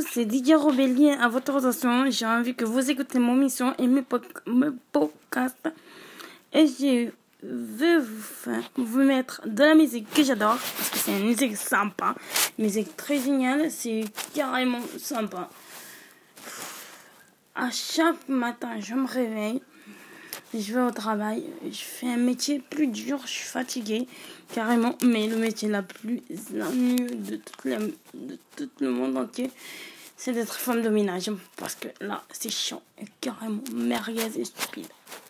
c'est Didier Robellier à votre attention. J'ai envie que vous écoutez mon mission et mes podcasts. Et je veux vous mettre de la musique que j'adore, parce que c'est une musique sympa, une musique très géniale, c'est carrément sympa. À chaque matin, je me réveille, je vais au travail, je fais un métier plus dur, je suis fatiguée, carrément, mais le métier la plus ennuyeux de tout le monde entier, c'est d'être femme de ménage, parce que là, c'est chiant et carrément merguez et stupide.